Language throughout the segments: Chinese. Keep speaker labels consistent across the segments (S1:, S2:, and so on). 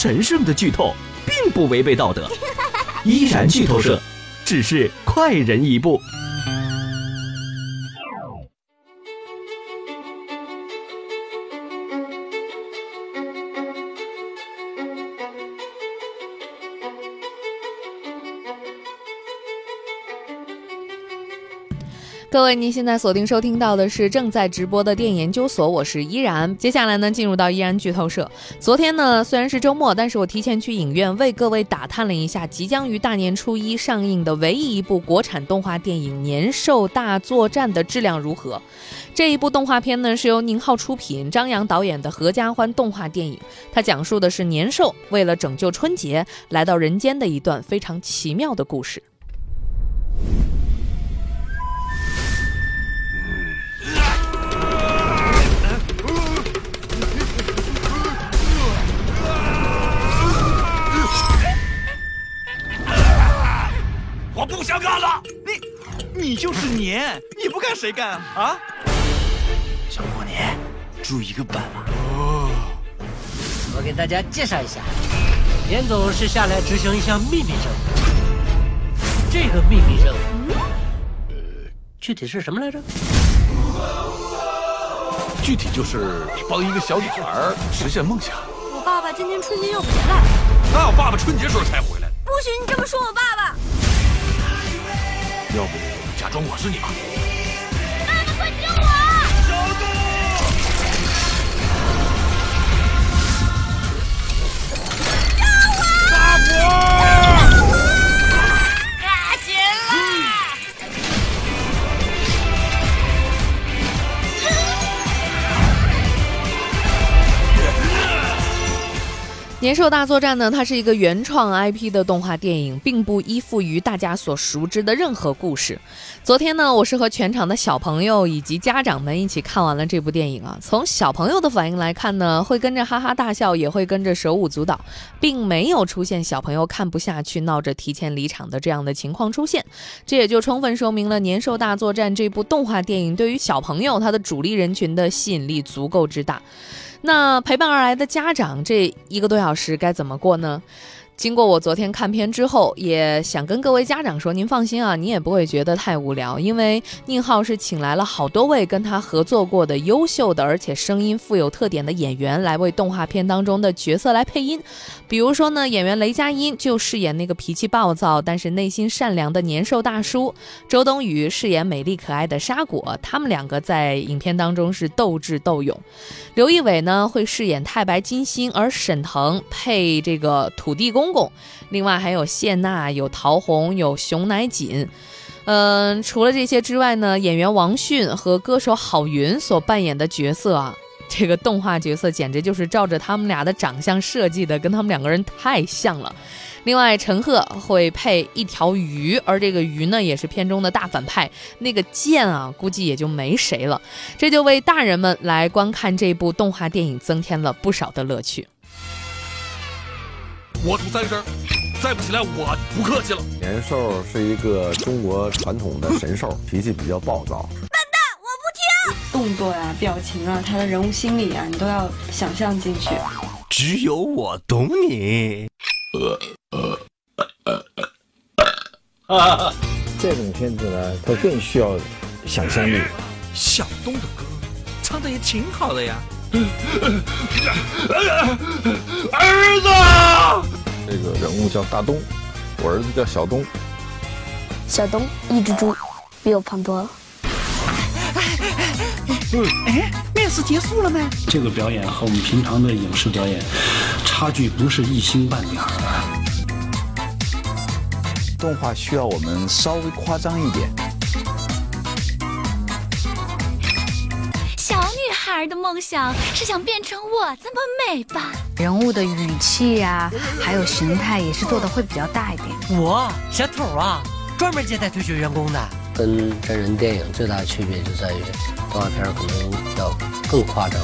S1: 神圣的剧透并不违背道德，依然剧透社，只是快人一步。
S2: 各位，您现在锁定收听到的是正在直播的电影研究所，我是依然。接下来呢，进入到依然剧透社。昨天呢，虽然是周末，但是我提前去影院为各位打探了一下即将于大年初一上映的唯一一部国产动画电影《年兽大作战》的质量如何。这一部动画片呢，是由宁浩出品、张扬导演的合家欢动画电影。它讲述的是年兽为了拯救春节来到人间的一段非常奇妙的故事。
S3: 我不想干了！你就是年，你不干谁干啊？小过年，住一个班吧。
S4: 我给大家介绍一下，年总是下来执行一项秘密任务。这个秘密任务，具体是什么来着？
S5: 具体就是帮一个小女孩实现梦想。
S6: 我爸爸今年春节要回来。
S5: 那我爸爸春节时候才回来。
S6: 不许你这么说我爸爸！
S5: 要不假装我是你吧？
S6: 妈妈，快救我！
S3: 小度！
S6: 救我！
S3: 大伙！
S6: 抓紧了！
S2: 年兽大作战呢，它是一个原创 IP 的动画电影，并不依附于大家所熟知的任何故事。昨天呢，我是和全场的小朋友以及家长们一起看完了这部电影啊。从小朋友的反应来看呢，会跟着哈哈大笑，也会跟着手舞足蹈，并没有出现小朋友看不下去闹着提前离场的这样的情况出现。这也就充分说明了年兽大作战这部动画电影对于小朋友它的主力人群的吸引力足够之大。那陪伴而来的家长这1个多小时该怎么过呢？经过我昨天看片之后，也想跟各位家长说，您放心啊，你也不会觉得太无聊，因为宁浩是请来了好多位跟他合作过的优秀的而且声音富有特点的演员来为动画片当中的角色来配音。比如说呢，演员雷佳音就饰演那个脾气暴躁但是内心善良的年兽大叔，周冬雨饰演美丽可爱的沙果，他们2个在影片当中是斗智斗勇。刘仪伟呢会饰演太白金星，而沈腾配这个土地公公，另外还有谢娜、有陶虹、有熊乃瑾。除了这些之外呢，演员王迅和歌手郝云所扮演的角色啊，这个动画角色简直就是照着他们俩的长相设计的，跟他们2个人太像了。另外陈赫会配一条鱼，而这个鱼呢也是片中的大反派，那个剑啊估计也就没谁了，这就为大人们来观看这部动画电影增添了不少的乐趣。
S5: 我吐3声，再不起来我不客气了。
S7: 年兽是一个中国传统的神兽，脾气比较暴躁。
S8: 动作呀、表情啊，他的人物心理啊，你都要想象进去。
S3: 只有我懂你。
S9: 这种片子呢，它更需要想象力。
S3: 小东的歌唱的也挺好的呀。儿子，
S7: 这个人物叫大东，我儿子叫小东。
S10: 小东一只猪，比我胖多了。
S3: 面试结束了吗？
S11: 这个表演和我们平常的影视表演差距不是一星半点儿。
S12: 动画需要我们稍微夸张一点。
S6: 小女孩的梦想是想变成我这么美吧？
S13: 人物的语气呀，还有形态也是做的会比较大一点。
S4: 我小偷啊，专门接待退休员工的。
S14: 跟真人电影最大的区别就在于，动画片可能要更夸张。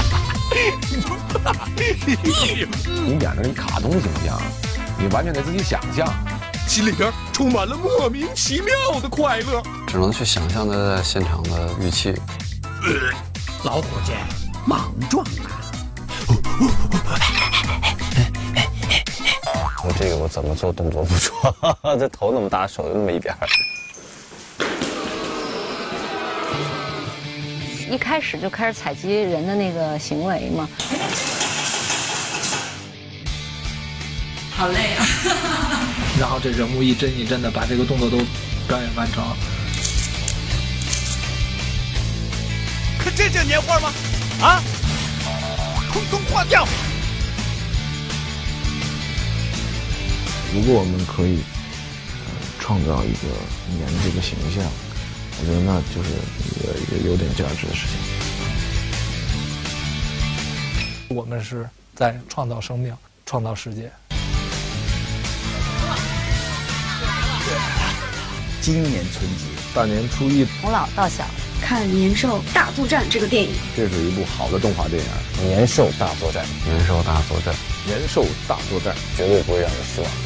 S7: 你演成一卡通形象，你完全得自己想象，
S5: 心里边充满了莫名其妙的快乐。
S15: 只能去想象他在现场的语气。
S3: 老伙计，莽撞啊！
S15: 说这个我怎么做动作不错，这头那么大，手就那么一点儿。
S13: 一开始就开始采集人的那个行为嘛。
S16: 好累啊！
S17: 然后这人物一帧一帧的把这个动作都表演完成。
S3: 可这叫年画吗？啊！通通换掉！
S9: 如果我们可以创造一个年的这个形象，我觉得那就是一个有点价值的事情。
S17: 我们是在创造生命，创造世界。
S12: 今年春节
S9: 大年初一，
S13: 从老到小
S8: 看《年兽大作战》这个电影，
S7: 这是一部好的动画电影。
S15: 年兽大作战，年兽大作战，
S9: 年兽大作战，
S15: 绝对不会让你失望。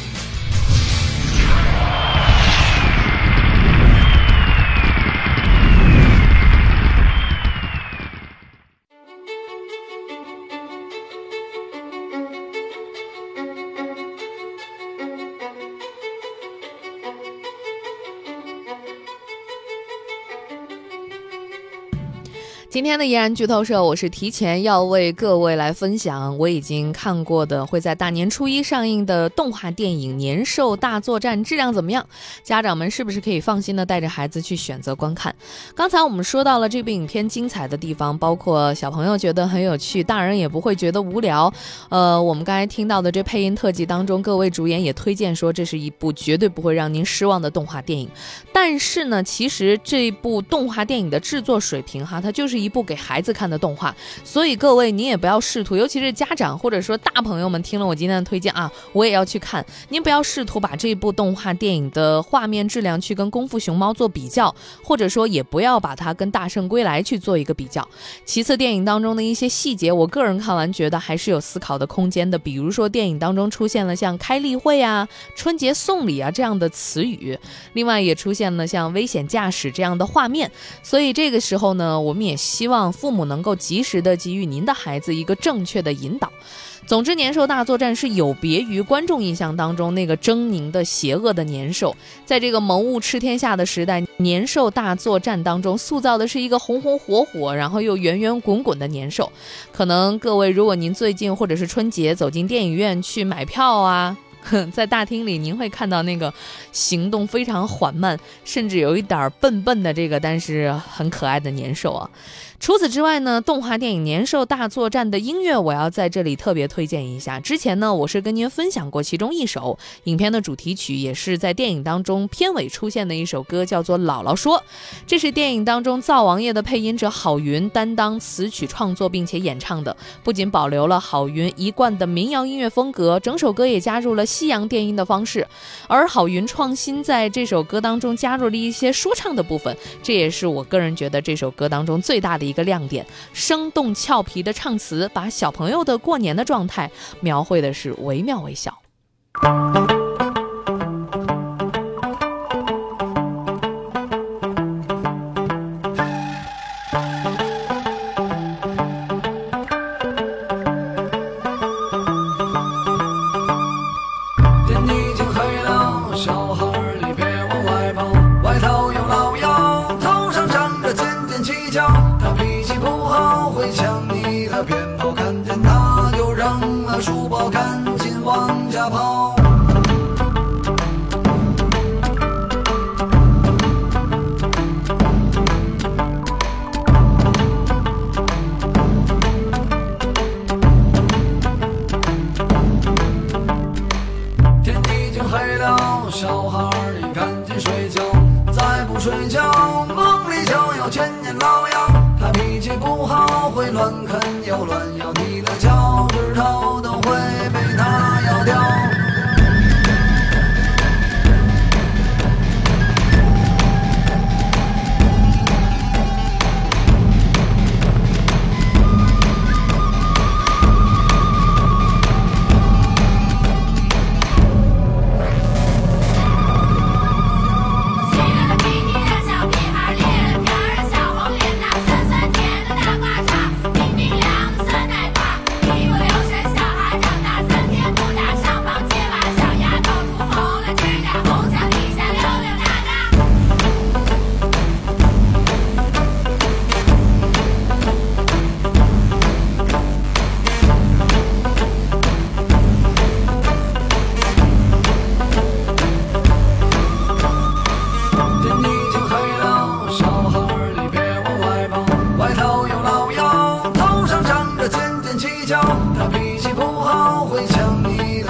S2: 今天的依然剧透社，我是提前要为各位来分享我已经看过的会在大年初一上映的动画电影《年兽大作战》，质量怎么样？家长们是不是可以放心的带着孩子去选择观看？刚才我们说到了这部影片精彩的地方，包括小朋友觉得很有趣，大人也不会觉得无聊。我们刚才听到的这配音特辑当中，各位主演也推荐说这是一部绝对不会让您失望的动画电影。但是呢，其实这部动画电影的制作水平它就是一部给孩子看的动画，所以各位你也不要试图，尤其是家长或者说大朋友们听了我今天的推荐啊，我也要去看，您不要试图把这部动画电影的画面质量去跟功夫熊猫做比较，或者说也不要把它跟大圣归来去做一个比较。其次，电影当中的一些细节，我个人看完觉得还是有思考的空间的，比如说电影当中出现了像开例会啊、春节送礼啊这样的词语，另外也出现了像危险驾驶这样的画面，所以这个时候呢，我们也希望父母能够及时的给予您的孩子一个正确的引导。总之，年兽大作战是有别于观众印象当中那个狰狞的邪恶的年兽，在这个蒙物吃天下的时代，年兽大作战当中塑造的是一个红红火火然后又圆圆滚滚的年兽。可能各位如果您最近或者是春节走进电影院去买票啊，在大厅里您会看到那个行动非常缓慢，甚至有一点笨笨的这个但是很可爱的年兽啊。除此之外呢，动画电影《年兽大作战》的音乐我要在这里特别推荐一下。之前呢，我是跟您分享过其中一首影片的主题曲，也是在电影当中片尾出现的一首歌，叫做《姥姥说》。这是电影当中灶王爷的配音者郝云担当词曲创作并且演唱的，不仅保留了郝云一贯的民谣音乐风格，整首歌也加入了西洋电音的方式。而郝云创新在这首歌当中加入了一些说唱的部分，这也是我个人觉得这首歌当中最大的一个亮点。生动俏皮的唱词，把小朋友的过年的状态描绘的是惟妙惟肖。
S18: 书包赶紧往家跑。天已经黑了，小孩你赶紧睡觉，再不睡觉，梦里就有千年老妖。他脾气不好，会乱啃又乱咬你的脚趾头，都会被他咬掉。
S6: 小孩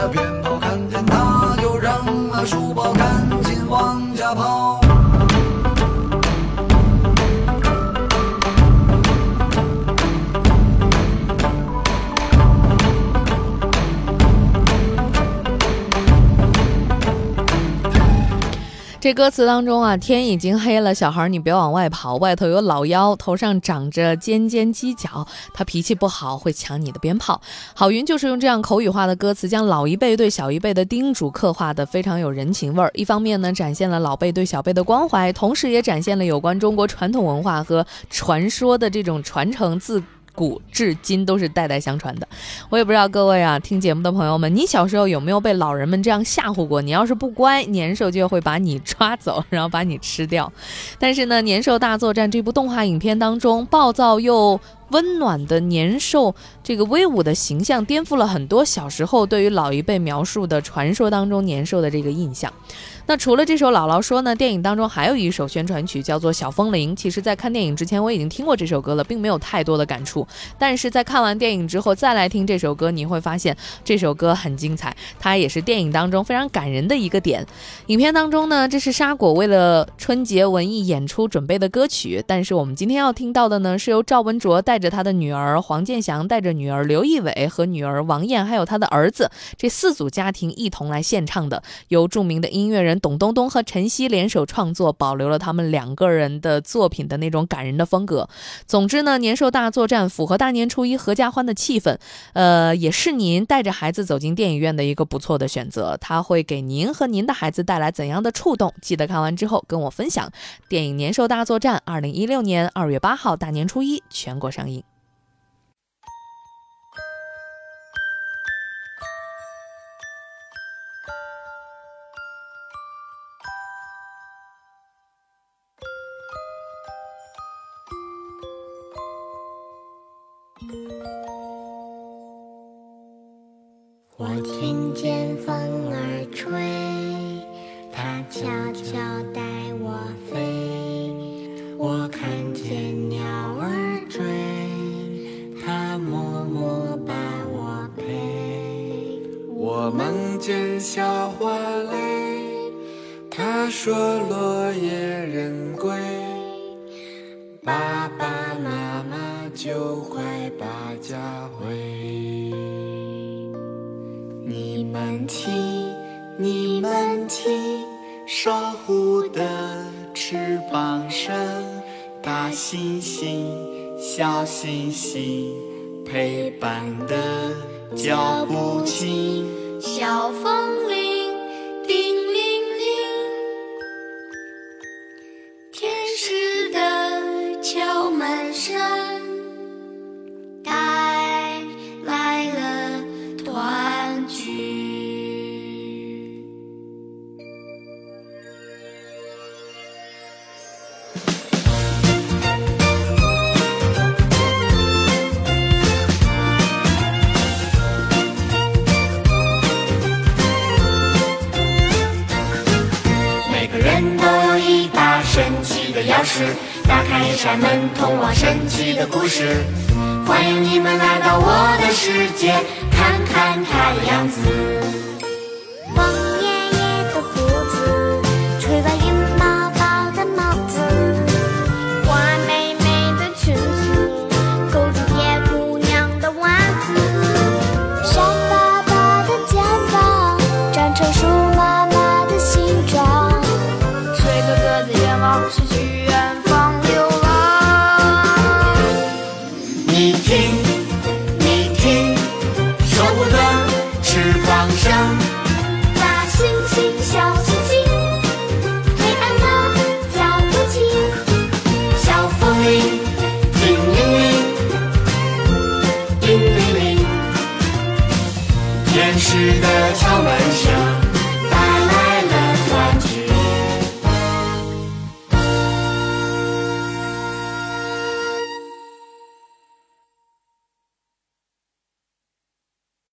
S18: 了鞭炮，看见他就扔了书包，赶紧往家跑。
S2: 这歌词当中啊，天已经黑了，小孩你别往外跑，外头有老妖，头上长着尖尖犄角，他脾气不好，会抢你的鞭炮。郝云就是用这样口语化的歌词，将老一辈对小一辈的叮嘱刻画得非常有人情味儿。一方面呢，展现了老辈对小辈的关怀，同时也展现了有关中国传统文化和传说的这种传承，自古至今都是代代相传的。我也不知道各位啊，听节目的朋友们，你小时候有没有被老人们这样吓唬过？你要是不乖，年兽就会把你抓走，然后把你吃掉。但是呢，年兽大作战这部动画影片当中，暴躁又温暖的年兽这个威武的形象，颠覆了很多小时候对于老一辈描述的传说当中年兽的这个印象。那除了这首姥姥说呢，电影当中还有一首宣传曲叫做小风铃。其实在看电影之前我已经听过这首歌了，并没有太多的感触，但是在看完电影之后再来听这首歌，你会发现这首歌很精彩，它也是电影当中非常感人的一个点。影片当中呢，这是沙果为了春节文艺演出准备的歌曲，但是我们今天要听到的呢，是由赵文卓带着他的女儿黄健翔，带着女儿刘仪伟和女儿王艳还有他的儿子，这4组家庭一同来献唱的，由著名的音乐人董冬冬和陈曦联手创作，保留了他们2个人的作品的那种感人的风格。总之呢，年兽大作战符合大年初一合家欢的气氛，也是您带着孩子走进电影院的一个不错的选择。它会给您和您的孩子带来怎样的触动？记得看完之后跟我分享。电影《年兽大作战》2016年2月8号大年初一全国上映。
S19: 我听见风儿吹，它悄悄带我飞，我看见鸟儿追，它默默把我陪。
S18: 我梦见小花蕾，它说落叶人归，爸爸妈妈就快把家回。你们听，你们听，守护的翅膀声，大猩猩，小猩猩，陪伴的脚步轻，
S19: 小风铃，叮铃铃，天使的敲门声，带来了团聚。
S18: 每个人都有一把神奇的钥匙，打开一扇门，通往神奇的故事。欢迎你们来到我的世界，看看它的样子。
S19: 黄爷爷的胡子，吹白云宝宝的帽子，花妹妹的裙子，勾住铁姑娘的袜子。山爸爸的肩膀，长成树妈妈的形状。崔哥哥的愿望是去远方流浪。
S18: 你听，你听，守护的翅膀声，
S19: 大猩猩，小猩猩，黑暗的脚步轻，
S18: 小风铃，叮铃铃，叮铃铃，天使的敲门声，